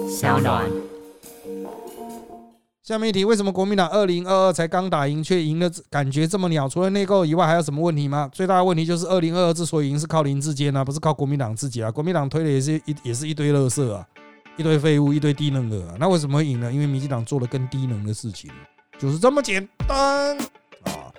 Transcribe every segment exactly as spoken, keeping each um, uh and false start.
小暖。 下面一题，为什么国民党二零二二才刚打赢，却赢的感觉这么鸟？除了内购以外，还有什么问题吗？最大的问题就是二零二二之所以赢，是靠林智坚啊，不是靠国民党自己啊。国民党推的也是一也是一堆垃圾啊，一堆废物，一堆低能儿啊。那为什么会赢呢？因为民进党做了更低能的事情，就是这么简单啊。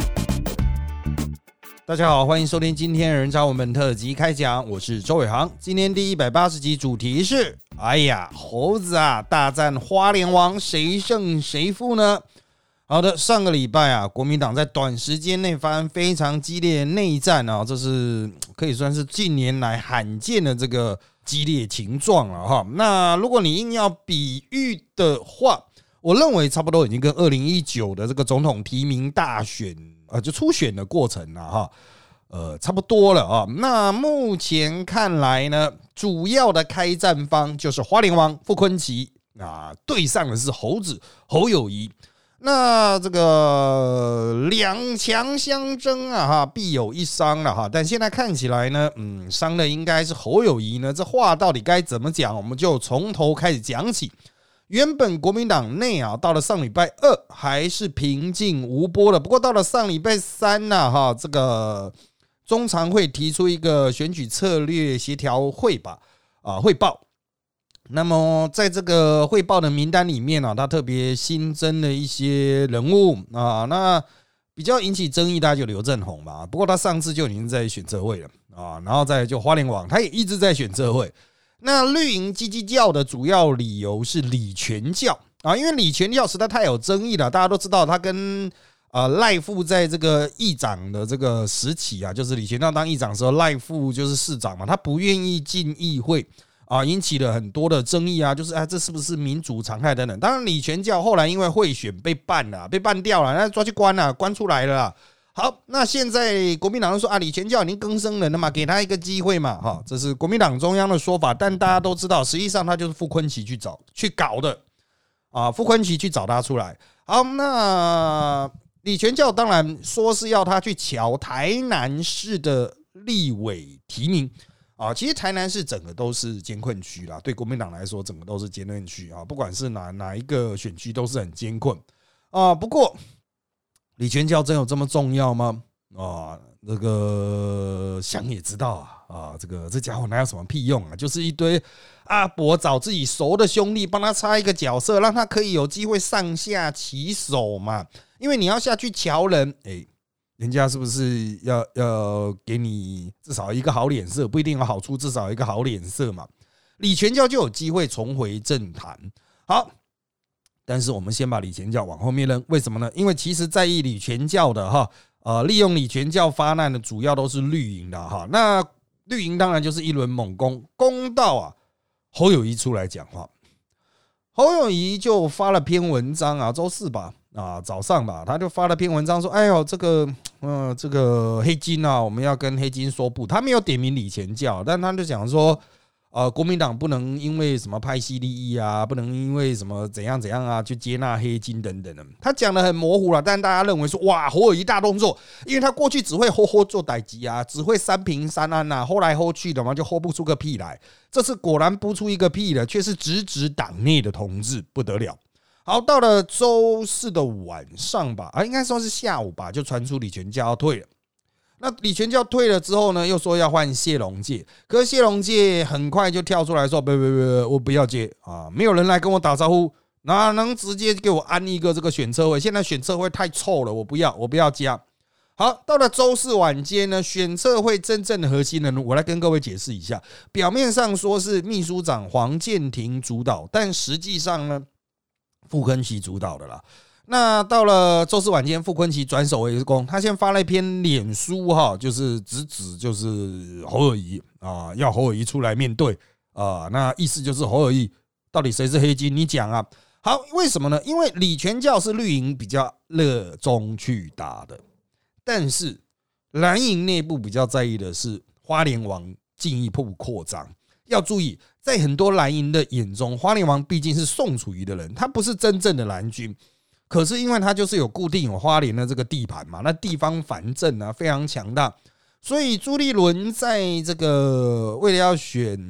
大家好，欢迎收听今天人潮我们特辑开讲，我是周伟航。今天第一百八十集主题是：哎呀，猴子啊，大战花莲王，谁胜谁负呢？好的，上个礼拜啊，国民党在短时间内发生非常激烈的内战啊，这是可以算是近年来罕见的这个激烈情状了哈。那如果你硬要比喻的话，我认为差不多已经跟二零一九的这个总统提名大选呃，就初选的过程了哈，呃，差不多了啊。那目前看来呢，主要的开战方就是花莲王傅崐萁啊，对上的是猴子侯友宜。那这个两强相争啊，哈，必有一伤了哈。但现在看起来呢，嗯，伤的应该是侯友宜呢。这话到底该怎么讲？我们就从头开始讲起。原本国民党内啊，到了上礼拜二还是平静无波的，不过到了上礼拜三呢、啊，哈，这个中常会提出一个选举策略协调会吧，啊，汇报。那么在这个汇报的名单里面呢、啊，他特别新增了一些人物啊，那比较引起争议，大家就刘正鸿嘛，不过他上次就已经在选策会了啊，然后再就花莲王，他也一直在选策会。那绿营叽叽叫的主要理由是李全教啊，因为李全教实在太有争议了，大家都知道他跟呃赖副在这个议长的这个时期啊，就是李全教当议长的时候，赖副就是市长嘛，他不愿意进议会啊，引起了很多的争议啊，就是啊这是不是民主常态等等。当然李全教后来因为贿选被办了，被办掉了，那抓去关了，关出来了啦。好，那现在国民党说啊，李全教已经更生人了嘛，给他一个机会嘛，哈，这是国民党中央的说法，但大家都知道，实际上他就是傅崐萁去找去搞的啊，傅崐萁去找他出来。好，那李全教当然说是要他去瞧台南市的立委提名啊，其实台南市整个都是艰困区啦，对国民党来说，整个都是艰困区啊，不管是哪哪一个选区都是很艰困啊，不过。李全教真有这么重要吗？啊，这个想也知道啊，啊，这个这家伙哪有什么屁用啊？就是一堆阿伯找自己熟的兄弟帮他插一个角色，让他可以有机会上下其手嘛。因为你要下去瞧人，哎、欸，人家是不是要要给你至少一个好脸色？不一定有好处，至少一个好脸色嘛。李全教就有机会重回政坛。好。但是我们先把李全教往后面扔，为什么呢？因为其实在意李全教的哈，呃，利用李全教发难的主要都是绿营的哈。那绿营当然就是一轮猛攻，攻到啊侯友宜出来讲话，侯友宜就发了篇文章啊，周四吧啊早上吧，他就发了篇文章说，哎呦这个呃这个黑金啊，我们要跟黑金说不。他没有点名李全教，但他就讲说。呃，国民党不能因为什么派系利益啊，不能因为什么怎样怎样啊，就接纳黑金等等的。他讲的很模糊了，但大家认为说，哇，侯友宜大动作，因为他过去只会吼吼做代志啊，只会三平三安呐，吼来吼去的嘛，就吼不出个屁来。这次果然不出一个屁了，却是直指党内的同志，不得了。好，到了周四的晚上吧，啊，应该说是下午吧，就传出李全教要退了。那李全教退了之后呢，又说要换谢龙介，可是谢龙介很快就跳出来说：“别别别，我不要接啊！没有人来跟我打招呼，哪能直接给我安一个这个选策会？现在选策会太臭了，我不要，我不要加。”好，到了周四晚间呢，选策会真正的核心人物，我来跟各位解释一下。表面上说是秘书长黄健庭主导，但实际上呢，傅崐萁主导的啦。那到了周四晚间，傅崐萁转守为攻，他先发了一篇脸书哈，就是直指就是侯友宜啊，要侯友宜出来面对啊，那意思就是侯友宜到底谁是黑金？你讲啊。好，为什么呢？因为李全教是绿营比较热衷去打的，但是蓝营内部比较在意的是花莲王进一步扩张。要注意，在很多蓝营的眼中，花莲王毕竟是宋楚瑜的人，他不是真正的蓝军。可是因为他就是有固定有花莲的这个地盘嘛，那地方反正啊非常强大，所以朱立伦在这个为了要选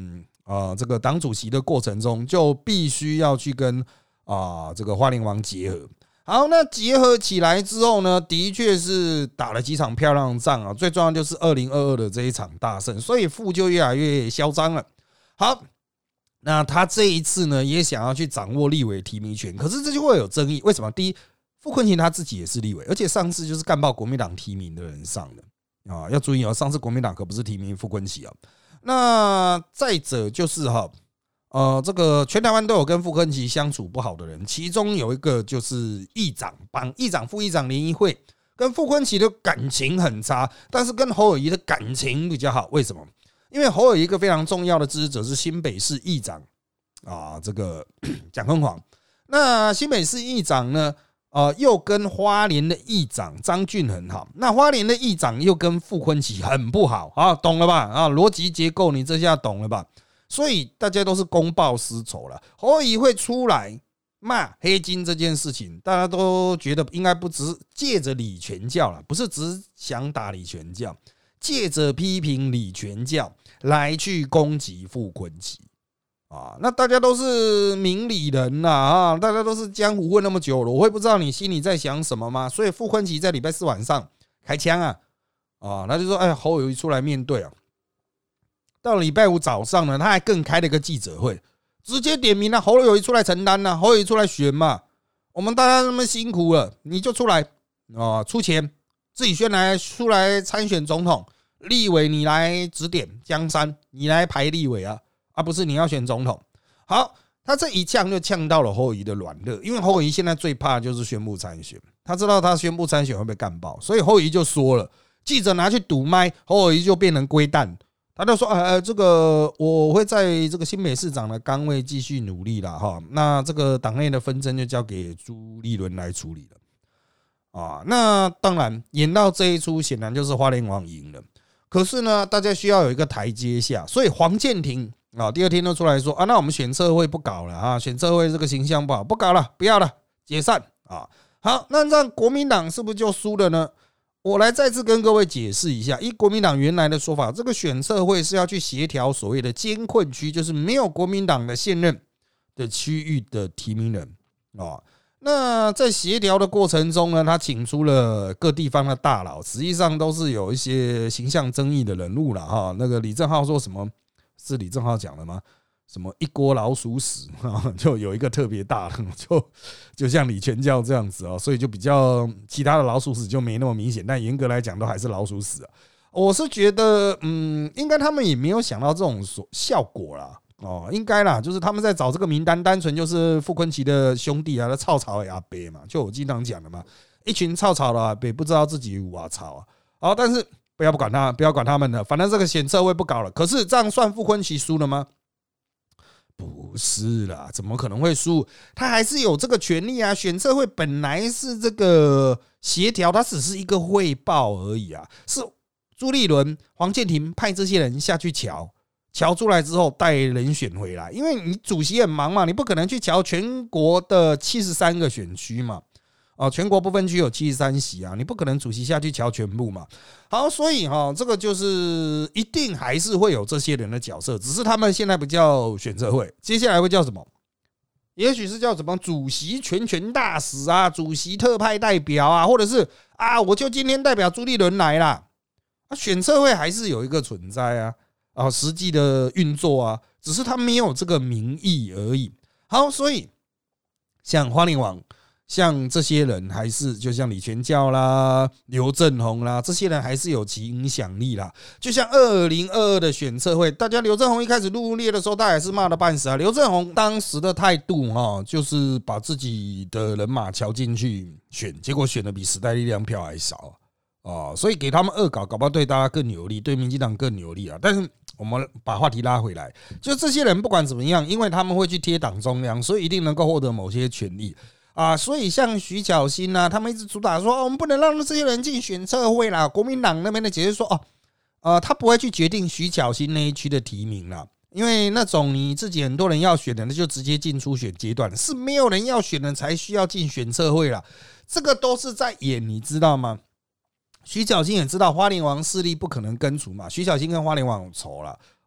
呃这个党主席的过程中，就必须要去跟啊、呃、这个花莲王结合。好，那结合起来之后呢，的确是打了几场漂亮的仗啊。最重要就是二零二二的这一场大胜，所以傅就越来越嚣张了。好，那他这一次呢，也想要去掌握立委提名权，可是这就会有争议。为什么？第一，傅崑萁他自己也是立委，而且上次就是干爆国民党提名的人上的啊，要注意哦，上次国民党可不是提名傅崑萁啊。那再者就是哈。呃，这个全台湾都有跟傅崑萁相处不好的人，其中有一个就是议长帮议长、副议长联谊会跟傅崑萁的感情很差，但是跟侯友宜的感情比较好。为什么？因为侯友宜一个非常重要的支持者是新北市议长啊，这个蒋坤煌。那新北市议长呢，呃，又跟花莲的议长张俊很好，那花莲的议长又跟傅崑萁很不好啊，懂了吧？啊，逻辑结构你这下懂了吧？所以大家都是公报私仇了。侯友宜会出来骂黑金这件事情，大家都觉得应该不只是借着李全教了，不是只想打李全教，借着批评李全教来去攻击傅崑萁啊。那大家都是明理人呐啊，大家都是江湖混那么久了，我会不知道你心里在想什么吗？所以傅崑萁在礼拜四晚上开枪啊啊，他就说哎，侯友宜出来面对啊。到了礼拜五早上呢，他还更开了一个记者会，直接点名了侯友宜出来承担了，侯友宜出来选嘛，我们大家那么辛苦了，你就出来啊，出钱自己先来出来参选总统，立委你来指点江山，你来排立委啊，而不是你要选总统。好，他这一呛就呛到了侯友宜的软肋，因为侯友宜现在最怕就是宣布参选，他知道他宣布参选会被干爆，所以侯友宜就说了，记者拿去堵麦，侯友宜就变成龟蛋。他就说：“呃，这个我会在这个新北市长的岗位继续努力啦，哈。那这个党内的纷争就交给朱立伦来处理了啊。那当然，演到这一出，显然就是花莲王赢了。可是呢，大家需要有一个台阶下，所以黄健庭啊，第二天就出来说啊，那我们选策会不搞了啊，选策会这个形象不好，不搞了，不要了，解散啊。好，那这样国民党是不是就输了呢？”我来再次跟各位解释一下，依国民党原来的说法，这个选策会是要去协调所谓的艰困区，就是没有国民党的现任的区域的提名人啊。那在协调的过程中呢，他请出了各地方的大佬，实际上都是有一些形象争议的人物了哈。那个李正皓说什么？是李正皓讲的吗？什么一锅老鼠屎啊，就有一个特别大的，就就像李全教这样子啊，所以就比较其他的老鼠屎就没那么明显，但严格来讲都还是老鼠屎啊。我是觉得，嗯，应该他们也没有想到这种效果啦，哦，应该啦，就是他们在找这个名单，单纯就是傅崑萁的兄弟啊，那臭草的阿伯嘛，就我经常讲的嘛，一群臭草的阿伯不知道自己有啊草啊，好，但是不要不管他，不要管他们了，反正这个选策会不搞了。可是这样算傅崑萁输了吗？不是啦，怎么可能会输？他还是有这个权利啊！选策会本来是这个协调，它只是一个汇报而已啊。是朱立伦、黄健庭派这些人下去瞧，瞧出来之后带人选回来，因为你主席很忙嘛，你不可能去瞧全国的七十三个选区嘛。哦，全国不分区有七十三席啊，你不可能主席下去瞧全部嘛。好，所以哈，这个就是一定还是会有这些人的角色，只是他们现在不叫选策会，接下来会叫什么？也许是叫什么主席全权大使啊，主席特派代表啊，或者是啊，我就今天代表朱立伦来啦。啊，选策会还是有一个存在啊，啊，实际的运作啊，只是他没有这个名义而已。好，所以像花莲王。像这些人还是就像李全教啦、刘正宏啦，这些人还是有其影响力啦。就像二零二二的选策会，大家刘正宏一开始入列的时候，他也是骂得半死啊。刘正宏当时的态度哈，就是把自己的人马瞧进去选，结果选的比时代力量票还少啊，所以给他们恶搞，搞不好对大家更有利，对民进党更有利啊。但是我们把话题拉回来，就这些人不管怎么样，因为他们会去贴党中央，所以一定能够获得某些权利。啊，所以像徐巧芯啊，他们一直主打说，哦，我们不能让这些人进选策会啦。国民党那边的解释说，哦，呃，他不会去决定徐巧芯那一区的提名啦，因为那种你自己很多人要选的，那就直接进初选阶段，是没有人要选的才需要进选策会啦。这个都是在演，你知道吗？徐巧芯也知道花莲王势力不可能根除嘛，徐巧芯跟花莲王有仇啦。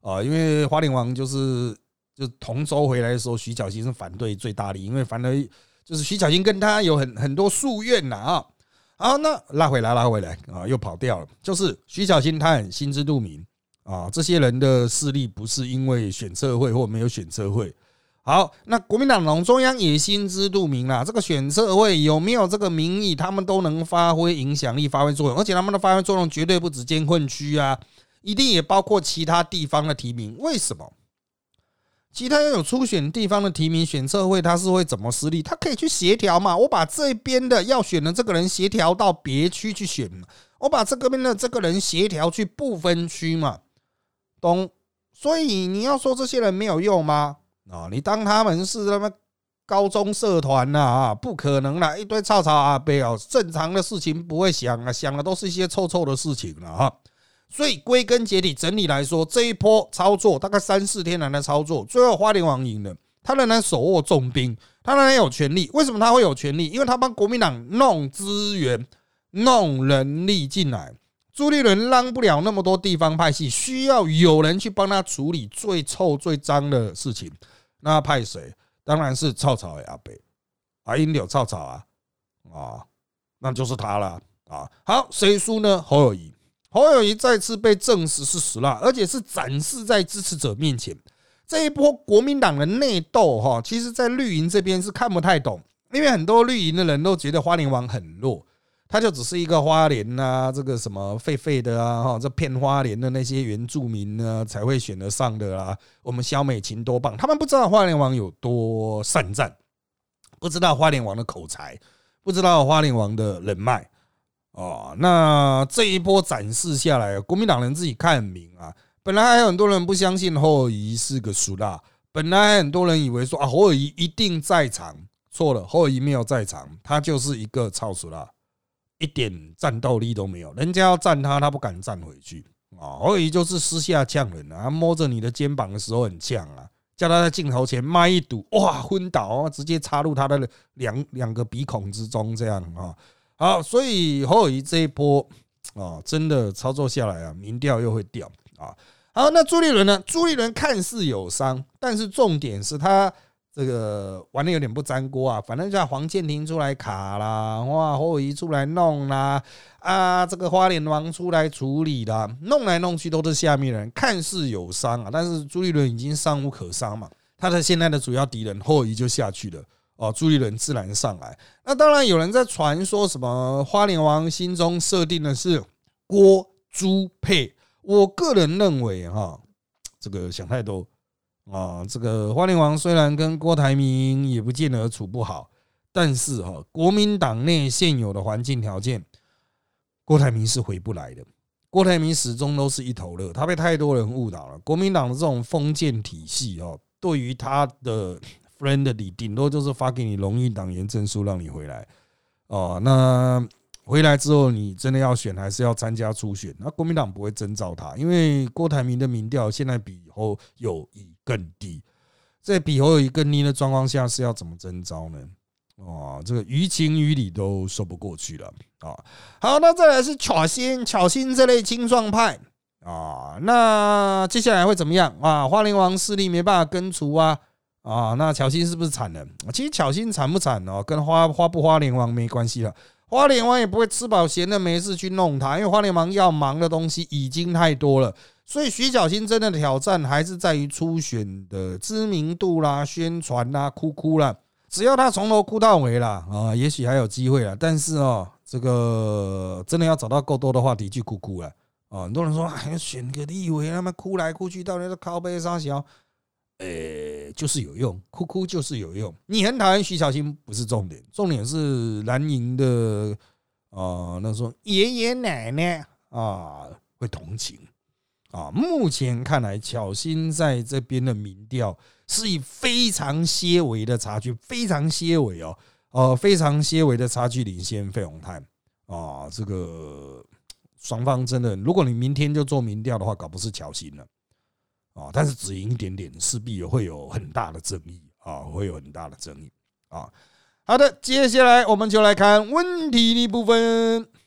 啊，因为花莲王就是就同州回来的时候，徐巧芯是反对最大力，因为反而就是徐巧芯跟他有很很多夙愿呐啊。好，那拉回来拉回来啊，又跑掉了。就是徐巧芯他很心知肚明啊，这些人的势力不是因为选测会或没有选测会。好，那国民党党中央也心知肚明啦，这个选测会有没有这个民意，他们都能发挥影响力、发挥作用，而且他们的发挥作用绝对不止艰困区啊，一定也包括其他地方的提名。为什么？其他有初选地方的提名，选测会他是会怎么施力？他可以去协调嘛，我把这边的要选的这个人协调到别区去选嘛，我把这边的这个人协调去不分区嘛，懂？所以你要说这些人没有用吗？啊，你当他们是他们高中社团呐啊，不可能啦，一堆吵吵阿伯哦，正常的事情不会想啊，想的都是一些臭臭的事情了哈。所以归根结底，整体来说，这一波操作大概三四天来的操作，最后花莲王赢了，他仍然手握重兵，他仍然有权利。为什么他会有权利？因为他帮国民党弄资源、弄人力进来。朱立伦让不了那么多地方派系，需要有人去帮他处理最臭最脏的事情。那派谁？当然是臭草的阿伯啊，因有臭草啊啊，那就是他了啊。好，谁输呢？侯友宜。侯友宜再次被证实是死了，而且是展示在支持者面前。这一波国民党的内斗哈，其实在绿营这边是看不太懂，因为很多绿营的人都觉得花莲王很弱，他就只是一个花莲啊，这个什么废废的啊，哈，这骗花莲的那些原住民呢才会选得上的啦。我们萧美琴多棒，他们不知道花莲王有多善战，不知道花莲王的口才，不知道花莲王的人脉。哦，那这一波展示下来，国民党人自己看很明啊。本来还有很多人不相信侯友宜是个输啦，本来很多人以为说啊，侯友宜一定在场，错了，侯友宜没有在场，他就是一个操输啦，一点战斗力都没有。人家要站他，他不敢站回去啊。侯友宜就是私下呛人啊，他摸着你的肩膀的时候很呛啊，叫他在镜头前迈一赌，哇，昏倒，直接插入他的两两个鼻孔之中，这样啊。好，所以侯友宜这一波啊，真的操作下来啊，民调又会掉啊。好，那朱立伦呢？朱立伦看似有伤，但是重点是他这个玩的有点不沾锅啊。反正叫黄健庭出来卡啦，哇，侯友宜出来弄啦，啊，这个花莲王出来处理啦，弄来弄去都是下面人，看似有伤啊，但是朱立伦已经伤无可伤嘛，他的现在的主要敌人侯友宜就下去了。哦，朱立伦自然上来。那当然有人在传说什么花莲王心中设定的是郭朱配，我个人认为哈，这个想太多啊。这个花莲王虽然跟郭台铭也不见得处不好，但是哈，国民党内现有的环境条件，郭台铭是回不来的。郭台铭始终都是一头热，他被太多人误导了。国民党的这种封建体系哦，对于他的friendly 顶多就是发给你荣誉党员证书让你回来哦，那回来之后你真的要选还是要参加初选？那国民党不会征召他，因为郭台铭的民调现在比侯友宜更低，在比侯友宜更低的状况下是要怎么征召呢？哦，这个于情于理都说不过去了啊。好，那再来是巧芯，巧芯这类青壮派啊，那接下来会怎么样啊？花莲王势力没办法根除啊。啊，那巧芯是不是惨了？其实巧芯惨不惨哦，跟花花不花莲王没关系了。花莲王也不会吃饱闲的没事去弄他，因为花莲王要忙的东西已经太多了。所以徐巧芯真的挑战还是在于初选的知名度啦、宣传啦、哭哭啦。只要他从头哭到尾啦，啊，也许还有机会啦。但是哦，这个真的要找到够多的话题去哭哭了。啊，很多人说还要选个立委，他们哭来哭去，到底是靠背啥小？呃，就是有用，哭哭就是有用。你很讨厌徐巧芯不是重点，重点是蓝营的啊，那时候爷爷奶奶啊会同情啊。目前看来，巧芯在这边的民调是以非常些微的差距，非常些微哦，呃，非常些微的差距领先费鸿泰啊。这个双方真的，如果你明天就做民调的话，搞不是巧芯了。啊，但是只赢一点点，势必也会有很大的争议啊，会有很大的争议啊。好的，接下来我们就来看问题的部分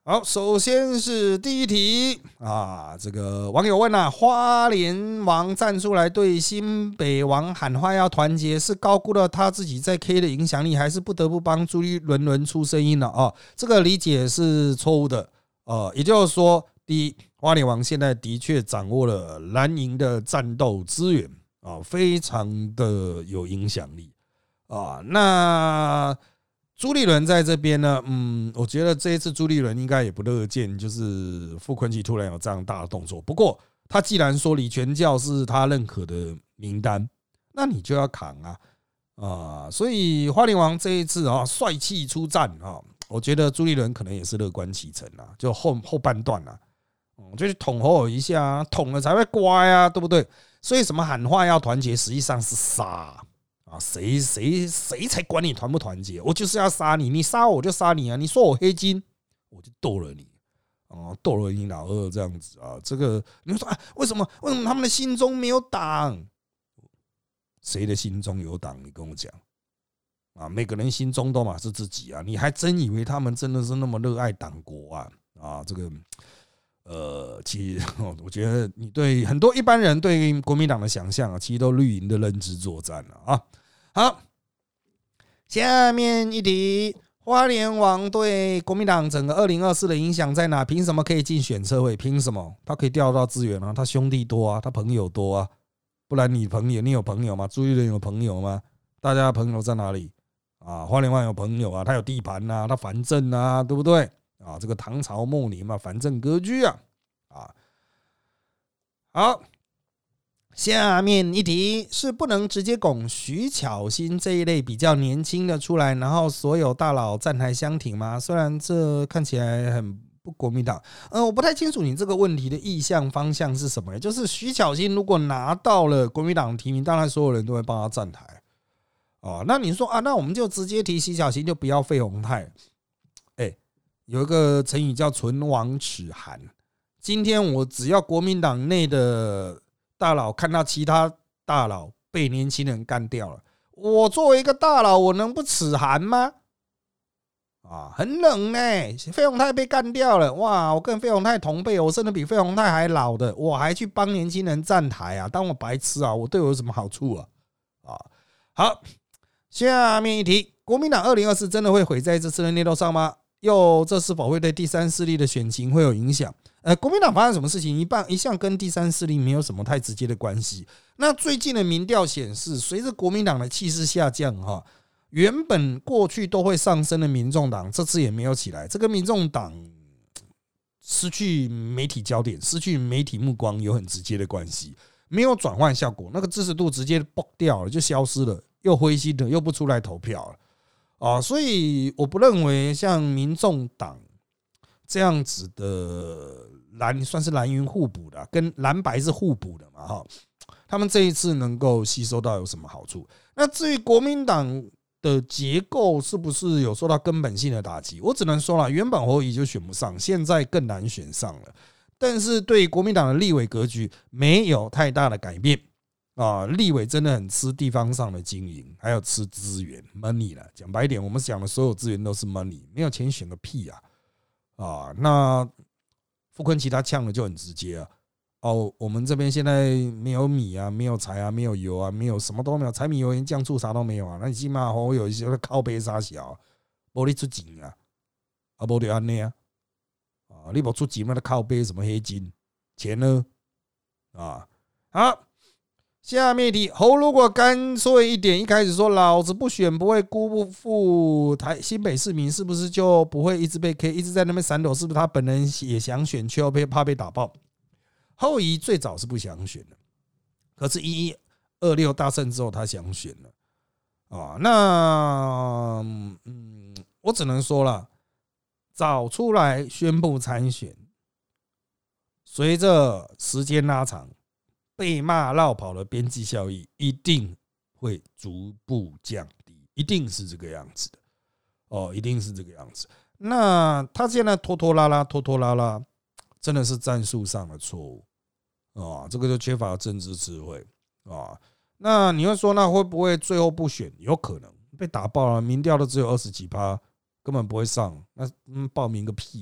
好，首先是第一题啊，这个网友问啊，花莲王站出来对新北王喊话要团结，是高估了他自己在 K 的影响力，还是不得不帮朱立伦伦出声音了啊？这个理解是错误的，呃，也就是说，第一，花莲王现在的确掌握了蓝营的战斗资源啊，非常的有影响力啊，那。朱立伦在这边呢，嗯，我觉得这一次朱立伦应该也不乐见，就是傅昆萁突然有这样大的动作。不过，他既然说李全教是他认可的名单，那你就要扛啊啊！所以花莲王这一次啊，帅气出战啊，我觉得朱立伦可能也是乐观其成啊，就后后半段啊，就去捅侯友一下，捅了才会乖啊，对不对？所以什么喊话要团结，实际上是杀。谁谁谁才管你团不团结？我就是要杀你，你杀我就杀你啊！你说我黑金，我就剁了你，哦，剁了你老二这样子啊！这个你们说啊，为什么为什么他们的心中没有党？谁的心中有党？你跟我讲啊！每个人心中都嘛是自己啊！你还真以为他们真的是那么热爱党国啊？啊，这个呃，其实我觉得你对很多一般人对国民党的想象啊，其实都绿营的认知作战了啊！好，下面一题，花莲王对国民党整个二零二四的影响在哪？凭什么可以进选测会？凭什么他可以调到资源啊？他兄弟多啊，他朋友多啊，不然你朋友你有朋友吗？朱立伦有朋友吗？大家的朋友在哪里啊？花莲王有朋友啊，他有地盘啊，他藩镇啊，对不对啊？这个唐朝末年嘛，藩镇割据啊，啊，好。下面一题是不能直接拱徐巧芯这一类比较年轻的出来，然后所有大佬站台相挺吗？虽然这看起来很不国民党，呃，我不太清楚你这个问题的意向方向是什么。就是徐巧芯如果拿到了国民党提名，当然所有人都会帮他站台哦。那你说啊，那我们就直接提徐巧芯，就不要费鸿泰。哎，有一个成语叫唇亡齿寒。今天我只要国民党内的大佬看到其他大佬被年轻人干掉了，我作为一个大佬，我能不齿寒吗？啊，很冷呢、欸。费鸿泰被干掉了，哇！我跟费鸿泰同辈，我甚至比费鸿泰还老的，我还去帮年轻人站台啊，当我白痴啊？我对我有什么好处啊？啊，好，下面一题，国民党二零二四真的会毁在这次的内斗上吗？又这是否会对第三势力的选情会有影响？呃，国民党发生什么事情，一半一向跟第三势力没有什么太直接的关系。那最近的民调显示，随着国民党的气势下降，哈，原本过去都会上升的民众党，这次也没有起来。这个民众党失去媒体焦点，失去媒体目光，有很直接的关系，没有转换效果，那个支持度直接爆掉了，就消失了，又灰心的，又不出来投票了。啊，所以我不认为像民众党这样子的蓝算是蓝云互补的，跟蓝白是互补的嘛，哈，他们这一次能够吸收到有什么好处？那至于国民党的结构是不是有受到根本性的打击？我只能说了，原本侯友宜就选不上，现在更难选上了。但是对国民党的立委格局没有太大的改变。啊，立委真的很吃地方上的经营，还有吃资源 money 啦。讲白一点，我们讲的所有资源都是 money， 没有钱选个屁啊！啊，那傅昆萁他呛的就很直接啊。哦，我们这边现在没有米啊，没有柴啊，没有油啊，没有什么都没有，柴米油盐酱醋啥都没有啊。那你起码我有一些靠背啥小，没你出钱啊，啊，没得安内啊，啊，你不出钱，那靠背什么黑金钱呢？啊，好。下面一题，侯如果干脆一点，一开始说老子不选，不会辜负台新北市民，是不是就不会一直被 K， 一直在那边闪躲？是不是他本人也想选，却又被怕被打爆？侯友宜最早是不想选的，可是一一二六大胜之后，他想选了啊。那嗯，我只能说了，早出来宣布参选，随着时间拉长。被骂绕跑的边际效益一定会逐步降低，一定是这个样子的哦，一定是这个样子。那他现在拖拖拉拉、拖拖拉拉，真的是战术上的错误啊！这个就缺乏政治智慧啊。那你会说，那会不会最后不选？有可能被打爆了，民调都只有二十几趴，根本不会上。那报名个屁啊！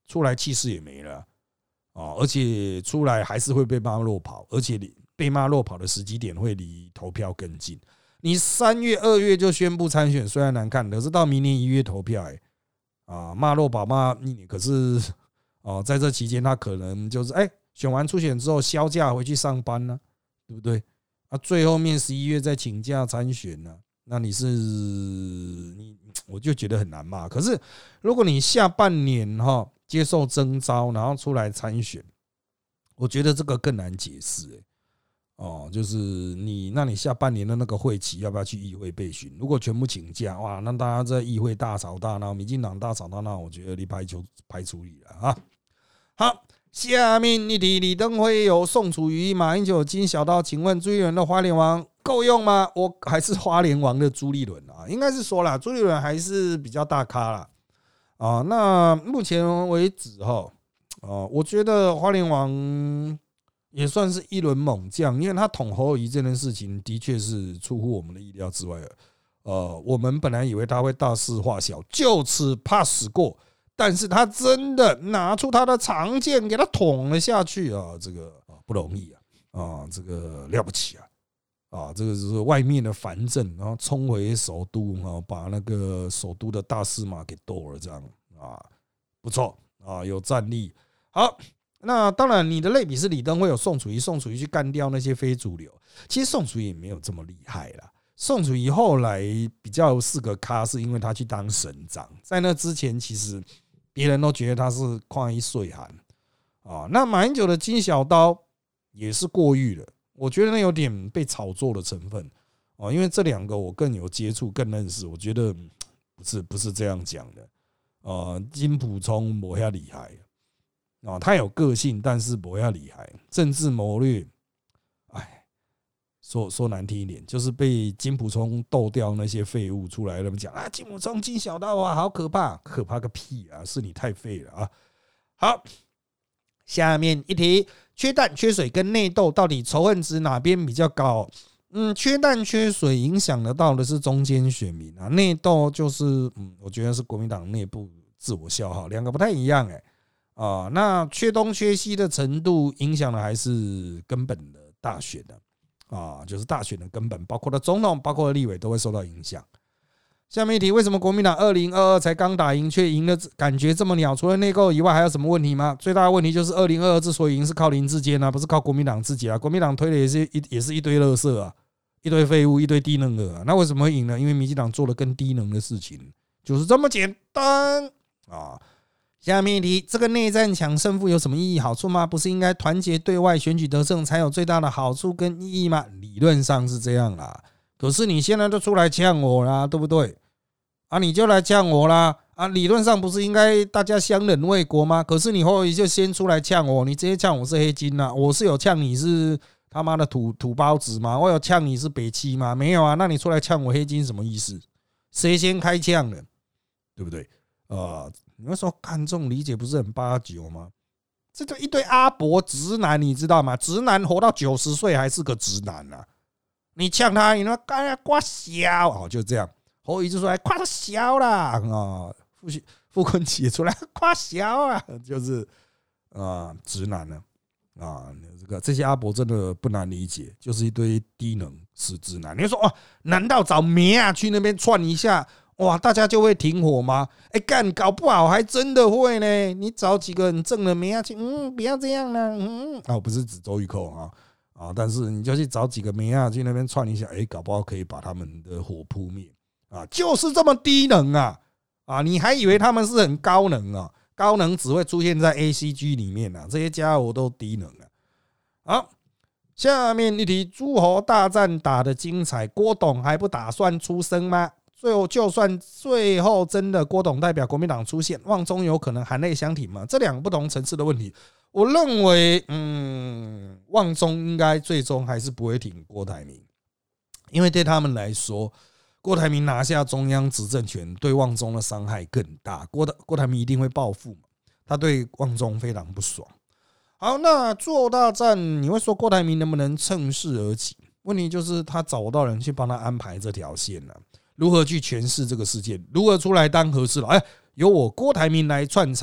出来气势也没了啊，而且出来还是会被骂落跑，而且被骂落跑的时机点会离投票更近。你三月、二月就宣布参选，虽然难看，可是到明年一月投票、欸，哎，啊，骂落跑骂一年，可是哦，在这期间他可能就是哎、欸，选完初选之后销假回去上班呢、啊，对不对？啊，最后面十一月再请假参选呢、啊，那你是你，我就觉得很难骂。可是如果你下半年哈接受征召，然后出来参选，我觉得这个更难解释、欸。哦，就是你，那你下半年的那个会期要不要去议会备询？如果全部请假，哇，那大家在议会大吵大闹，民进党大吵大闹，我觉得你排球排处理了啊。好，下面一题，李登辉有宋楚瑜，马英九金小刀，请问朱立伦的花莲王够用吗？我还是花莲王的朱立伦啊，应该是说啦，朱立伦还是比较大咖啦啊。那目前为止哈，哦，我觉得花莲王也算是一轮猛将，因为他捅侯友宜这件事情的确是出乎我们的意料之外了。呃，我们本来以为他会大事化小，就此 pass 过，但是他真的拿出他的长剑给他捅了下去啊！这个不容易啊，啊，这个了不起啊！啊，这个就是外面的藩镇，然后冲回首都啊，把那个首都的大司马给剁了，这样啊，不错啊，有战力。好。那当然，你的类比是李登辉有宋楚瑜，宋楚瑜去干掉那些非主流。其实宋楚瑜也没有这么厉害啦。宋楚瑜后来比较是个咖，是因为他去当省长，在那之前，其实别人都觉得他是跨一岁寒啊。那马英九的金小刀也是过誉了，我觉得那有点被炒作的成分啊。因为这两个我更有接触、更认识，我觉得不是不是这样讲的啊。金溥聪没那么厉害。哦，他有个性，但是不要厉害，政治谋略，哎，说说难听一点，就是被金溥聪斗掉那些废物出来，他们讲啊，金溥聪、金小刀啊，好可怕，可怕个屁啊！是你太废了啊！好，下面一题，缺蛋、缺水跟内斗到底仇恨值哪边比较高？嗯，缺蛋缺水影响得到的是中间选民啊，内斗就是嗯，我觉得是国民党内部自我消耗，两个不太一样哎、欸。啊，那缺东缺西的程度影响的还是根本的大选的啊，就是大选的根本，包括了总统，包括了立委都会受到影响。下面一题，为什么国民党二零二二才刚打赢，却赢的感觉这么鸟？除了内购以外，还有什么问题吗？最大的问题就是二零二二之所以赢，是靠林智坚啊，不是靠国民党自己啊。国民党推的也是一也是一堆垃圾啊，一堆废物，一堆低能儿啊。那为什么会赢呢？因为民进党做了更低能的事情，就是这么简单啊。下面一题，这个内战抢胜负有什么意义好处吗？不是应该团结对外，选举得胜才有最大的好处跟意义吗？理论上是这样啦，可是你现在就出来呛我啦，对不对？啊，你就来呛我啦！啊，理论上不是应该大家相忍为国吗？可是你后来就先出来呛我，你直接呛我是黑金啦，我是有呛你是他妈的土土包子吗？我有呛你是北七吗？没有啊，那你出来呛我黑金什么意思？谁先开呛的？对不对？呃。你会说看这种理解不是很八九吗？这就一堆阿伯直男，你知道吗？直男活到九十岁还是个直男啊！你呛他，你说干呀瓜小，哦，就这样。侯友宜就说来夸他小啦啊，傅傅昆萁也出来夸小啊，就是啊直男呢啊，这个这些阿伯真的不难理解，就是一堆低能死直男。你说哦，难道找妹啊去那边串一下？哇，大家就会停火吗？哎，干，搞不好还真的会呢。你找几个很正的妹啊去，嗯，不要这样啦，嗯，啊，我不是指周玉蔻啊，啊，但是你就去找几个妹啊去那边串一下，哎，搞不好可以把他们的火扑灭啊，就是这么低能啊，啊，你还以为他们是很高能啊？高能只会出现在 A C G 里面啊，这些家伙都低能啊。好，下面一题，诸侯大战打得精彩，郭董还不打算出声吗？最后，就算最后真的郭董代表国民党出现，旺中有可能含泪相挺吗？这两个不同层次的问题，我认为，嗯，旺中应该最终还是不会挺郭台铭，因为对他们来说，郭台铭拿下中央执政权，对旺中的伤害更大。郭郭台铭一定会报复嘛，他对旺中非常不爽。好，那做大战，你会说郭台铭能不能趁势而起？问题就是他找不到人去帮他安排这条线了。如何去诠释这个事件？如何出来当和事佬？哎，由我郭台铭来串场。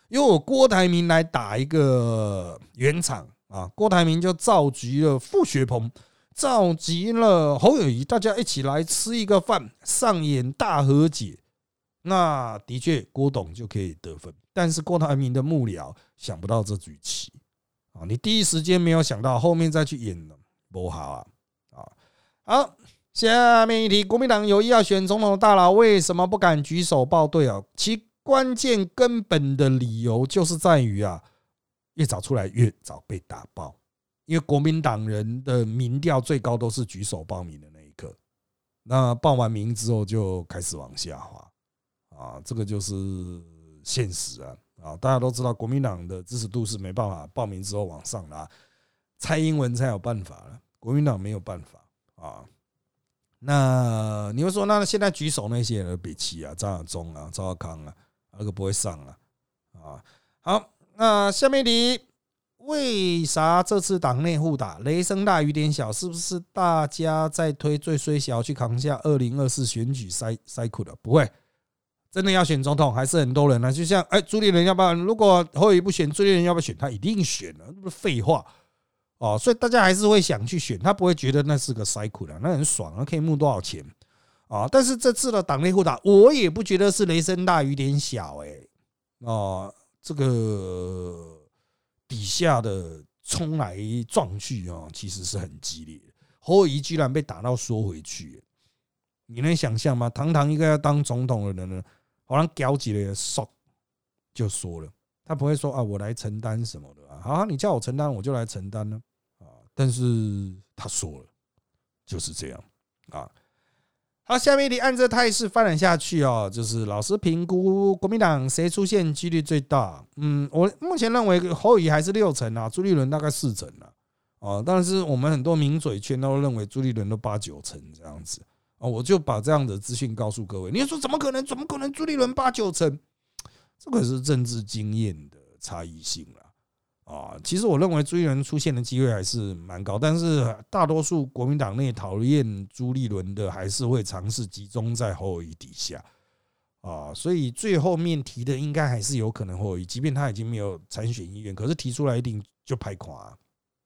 由我郭台铭来打一个圆场啊，郭台铭就召集了傅学鹏，召集了侯友宜，大家一起来吃一个饭，上演大和解。那的确，郭董就可以得分，但是郭台铭的幕僚想不到这局棋啊！你第一时间没有想到，后面再去演了，不好啊！啊，好。下面一题，国民党有意要选总统的大佬，为什么不敢举手报对啊？其关键根本的理由就是在于啊，越早出来越早被打爆，因为国民党人的民调最高都是举手报名的那一刻，那报完名之后就开始往下滑啊，这个就是现实啊！啊，大家都知道国民党的支持度是没办法报名之后往上拉，蔡英文才有办法了，国民党没有办法啊。那你会说，那现在举手那些人，北齐啊、张亚中啊、赵少康啊，那个不会上啊啊。好，那下面一题，为啥这次党内互打，雷声大雨点小？是不是大家在推最衰小去扛下二零二四选举塞塞库的？不会，真的要选总统，还是很多人啊。就像哎，朱立伦要不要？如果侯友宜不选，朱立伦要不要选？他一定选了，那不是废话。哦，所以大家还是会想去选，他不会觉得那是个塞库的，那很爽啊，可以募多少钱啊？但是这次的党内互打，我也不觉得是雷声大雨点小，哎，哦，这个底下的冲来撞去啊，其实是很激烈的。侯友宜居然被打到缩回去，你能想象吗？堂堂一个要当总统的人呢，好像叼起来手就说了，他不会说啊，我来承担什么的啊，好，你叫我承担，我就来承担呢。但是他说了，就是这样啊。好，下面一题，按这态势发展下去哦，就是老师评估国民党谁出现几率最大？嗯，我目前认为侯友宜还是六成啊，朱立伦大概四成啊。哦，但是我们很多名嘴圈都认为朱立伦都八九成这样子啊，我就把这样的资讯告诉各位。你说怎么可能？怎么可能朱立伦八九成？这个是政治经验的差异性啦。啊，其实我认为朱立伦出现的机会还是蛮高，但是大多数国民党内讨厌朱立伦的，还是会尝试集中在侯友宜底下啊，所以最后面提的应该还是有可能侯友宜，即便他已经没有参选意愿，可是提出来一定就拍垮。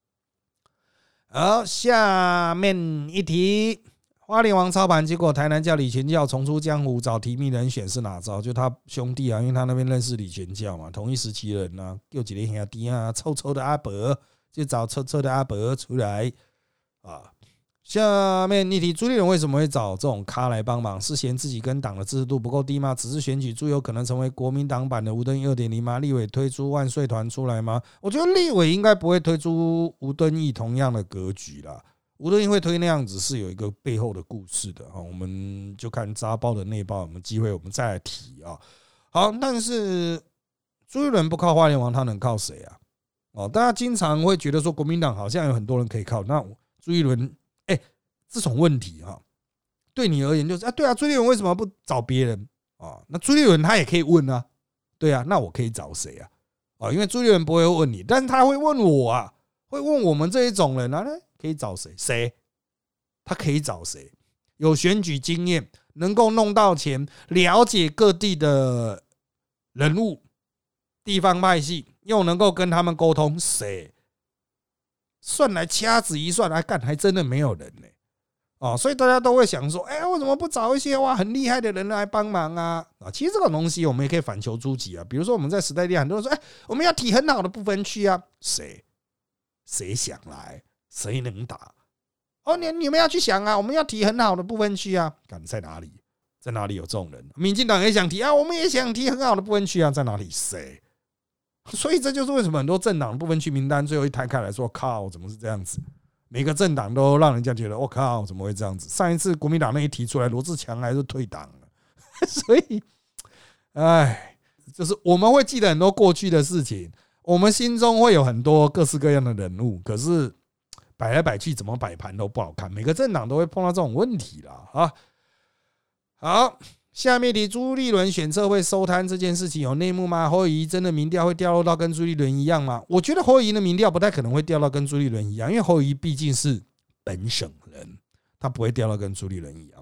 好，下面一题。花莲王操盘，结果台南叫李全教重出江湖，找提名人选是哪招？就他兄弟啊，因为他那边认识李全教嘛，同一时期人啊，又几个兄弟啊，臭臭的阿伯就找臭臭的阿伯出来啊。下面一题，朱立伦为什么会找这种咖来帮忙？是嫌自己跟党的支持度不够低吗？只是选举朱有可能成为国民党版的吴敦义 二点零 吗？立委推出万岁团出来吗？我觉得立委应该不会推出吴敦义同样的格局啦。吴敦义会推那样子是有一个背后的故事的，我们就看扎包的内包，有没有机会我们再来提啊。好，但是朱立伦不靠花莲王，他能靠谁啊？哦，大家经常会觉得说国民党好像有很多人可以靠，那朱立伦，哎，这种问题哈，对你而言就是啊，对啊，朱立伦为什么不找别人啊？那朱立伦他也可以问啊，对啊，那我可以找谁啊？啊，因为朱立伦不会问你，但是他会问我啊，会问我们这一种人啊。可以找谁？谁？他可以找谁？有选举经验，能够弄到钱，了解各地的人物、地方派系，又能够跟他们沟通，谁？算来掐指一算，来干，还真的没有人呢、欸。哦，所以大家都会想说，哎、欸，为什么不找一些哇很厉害的人来帮忙啊？啊，其实这种东西我们也可以反求诸己啊。比如说我们在时代力量，很多人说，哎、欸，我们要提很好的不分区啊，谁？谁想来？谁能打？哦，你你们要去想啊！我们要提很好的不分区啊，看在哪里？在哪里有这种人？民进党也想提啊，我们也想提很好的不分区啊，在哪里？谁？所以这就是为什么很多政党的不分区名单最后一摊开来说，靠，怎么是这样子？每个政党都让人家觉得，我靠，怎么会这样子？上一次国民党那一提出来，罗智强还是退党了，所以，哎，就是我们会记得很多过去的事情，我们心中会有很多各式各样的人物，可是。摆来摆去，怎么摆盘都不好看。每个政党都会碰到这种问题啦啊！好，下面题，朱立伦选策会收摊这件事情有内幕吗？侯友宜真的民调会掉落到跟朱立伦一样吗？我觉得侯友宜的民调不太可能会掉到跟朱立伦一样，因为侯友宜毕竟是本省人，他不会掉到跟朱立伦一样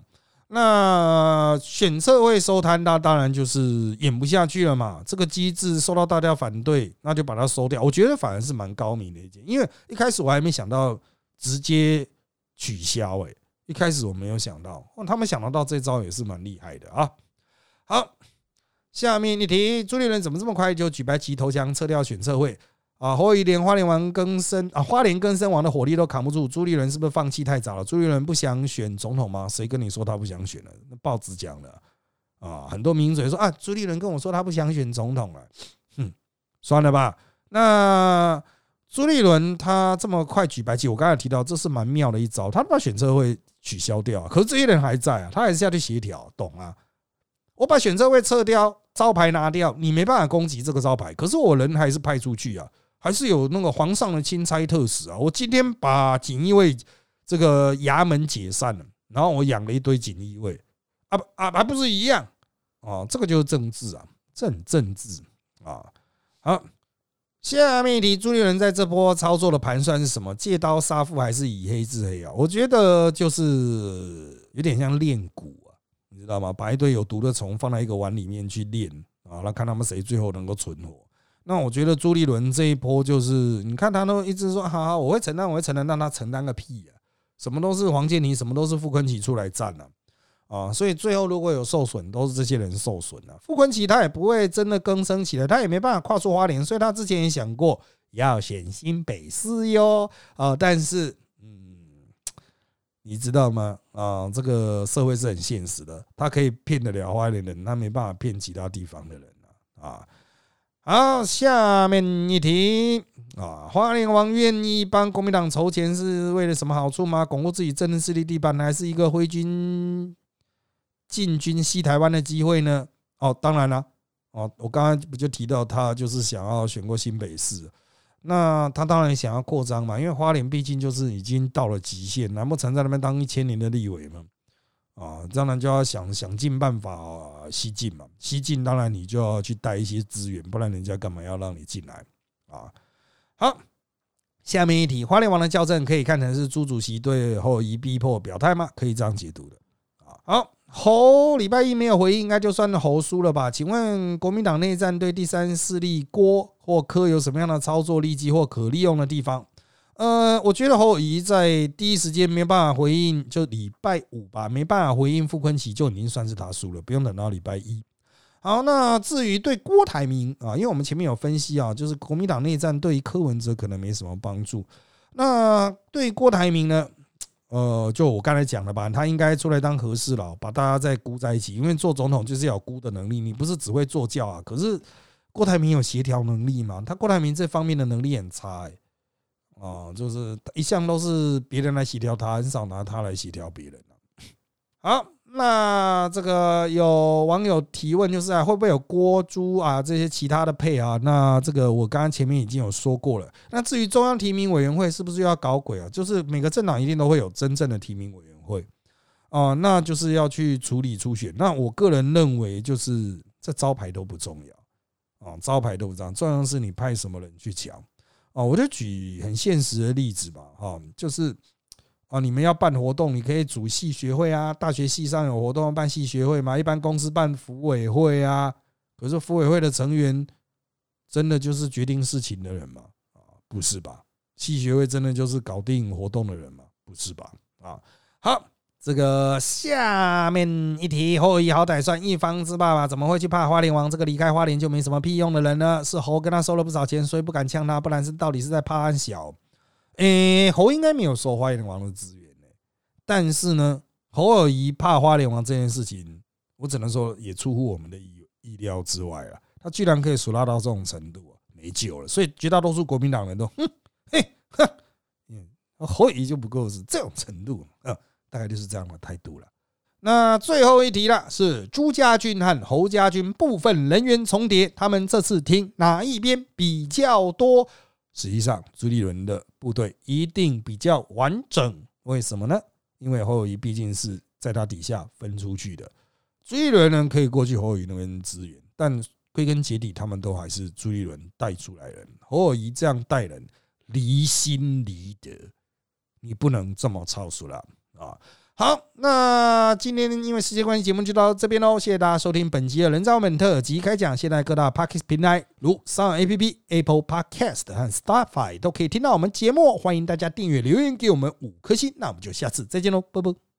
那选测会收摊，那当然就是演不下去了嘛。这个机制受到大家反对，那就把它收掉。我觉得反而是蛮高明的一件，因为一开始我还没想到直接取消，哎，一开始我没有想到，他们想得到这招也是蛮厉害的啊。好，下面一题，朱立伦怎么这么快就举白旗投降，撤掉选测会？啊，侯友宜连花莲王更生啊，花莲更生王的火力都扛不住，朱立伦是不是放弃太早了？朱立伦不想选总统吗？谁跟你说他不想选了？那报纸讲了啊，很多名嘴说啊，朱立伦跟我说他不想选总统了，哼，算了吧。那朱立伦他这么快举白旗，我刚才提到这是蛮妙的一招，他把选测会取消掉啊，可是这些人还在啊，他还是要去协调，懂啊？我把选测会撤掉，招牌拿掉，你没办法攻击这个招牌，可是我人还是派出去啊。还是有那个皇上的钦差特使啊！我今天把锦衣卫这个衙门解散了，然后我养了一堆锦衣卫啊啊，还不是一样啊？这个就是政治啊，这很政治啊！好，下面一题，朱立伦在这波操作的盘算是什么？借刀杀父还是以黑制黑啊？我觉得就是有点像练蛊啊，你知道吗？把一堆有毒的虫放在一个碗里面去练啊，来看他们谁最后能够存活。那我觉得朱立伦这一波就是，你看他都一直说好好，我会承担，我会承担，让他承担个屁啊！什么都是黄健庭，什么都是傅昆萁出来站了啊！所以最后如果有受损，都是这些人受损了。傅昆萁他也不会真的更生起来，他也没办法跨出花莲，所以他之前也想过要选新北市哟啊！但是，嗯，你知道吗？啊，这个社会是很现实的，他可以骗得了花莲人，他没办法骗其他地方的人啊！好，下面一题啊，花莲王愿意帮国民党筹钱是为了什么好处吗？巩固自己政治势力地盘，还是一个挥军进军西台湾的机会呢？哦，当然了，哦，我刚刚不就提到他就是想要选过新北市，那他当然想要扩张嘛，因为花莲毕竟就是已经到了极限，难不成在那边当一千年的立委吗？啊，当然就要想想尽办法西进嘛，西进当然你就要去带一些资源，不然人家干嘛要让你进来啊？好，下面一题，花莲王的校正可以看成是朱主席对侯友宜逼迫表态吗？可以这样解读的啊。好，侯礼拜一没有回应，应该就算侯输了吧？请问国民党内战对第三势力郭或柯有什么样的操作利基或可利用的地方？呃，我觉得侯友宜在第一时间没办法回应，就礼拜五吧，没办法回应傅昆萁，就已经算是他输了，不用等到礼拜一。好，那至于对郭台铭啊，因为我们前面有分析啊，就是国民党内战对于柯文哲可能没什么帮助。那对郭台铭呢？呃，就我刚才讲了吧，他应该出来当和事佬，把大家再箍在一起，因为做总统就是要有箍的能力，你不是只会做教啊。可是郭台铭有协调能力嘛？他郭台铭这方面的能力很差哎、欸。哦，就是一向都是别人来协调他，很少拿他来协调别人。好，那这个有网友提问，就是啊，会不会有郭朱啊这些其他的配啊？那这个我刚刚前面已经有说过了。那至于中央提名委员会是不是又要搞鬼啊？就是每个政党一定都会有真正的提名委员会啊，那就是要去处理初选。那我个人认为，就是这招牌都不重要啊，招牌都不重要，重要是你派什么人去抢。哦，我就举很现实的例子吧，哈，就是啊，你们要办活动，你可以组系学会啊，大学系上有活动办系学会嘛，一般公司办福委会啊，可是福委会的成员真的就是决定事情的人吗？啊，不是吧？系学会真的就是搞定活动的人吗？不是吧？啊，好。这个下面一题，侯友宜好歹算一方之霸吧，怎么会去怕花莲王这个离开花莲就没什么屁用的人呢？是侯跟他收了不少钱，所以不敢呛他，不然是到底是在怕他小？诶，侯应该没有收花莲王的资源、欸、但是呢，侯友宜怕花莲王这件事情，我只能说也出乎我们的意料之外了。他居然可以数拉到这种程度、啊，没救了。所以绝大多数国民党人都，哼，嘿，哼，侯友宜就不够是这种程度啊。大概就是这样的态度了。那最后一题了，是朱家军和侯家军部分人员重叠，他们这次听哪一边比较多？实际上，朱立伦的部队一定比较完整。为什么呢？因为侯友宜毕竟是在他底下分出去的，朱立伦呢可以过去侯友宜那边支援，但归根结底，他们都还是朱立伦带出来人。侯友宜这样带人，离心离德，你不能这么操俗了。啊， 好，那今天因为时间关系，节目就到这边喽。谢谢大家收听本集的人造本特辑开讲。现在各大 Podcast 平台如 Sound A P P、Apple Podcast 和 Spotify 都可以听到我们节目，欢迎大家订阅、留言给我们五颗星。那我们就下次再见喽，拜拜。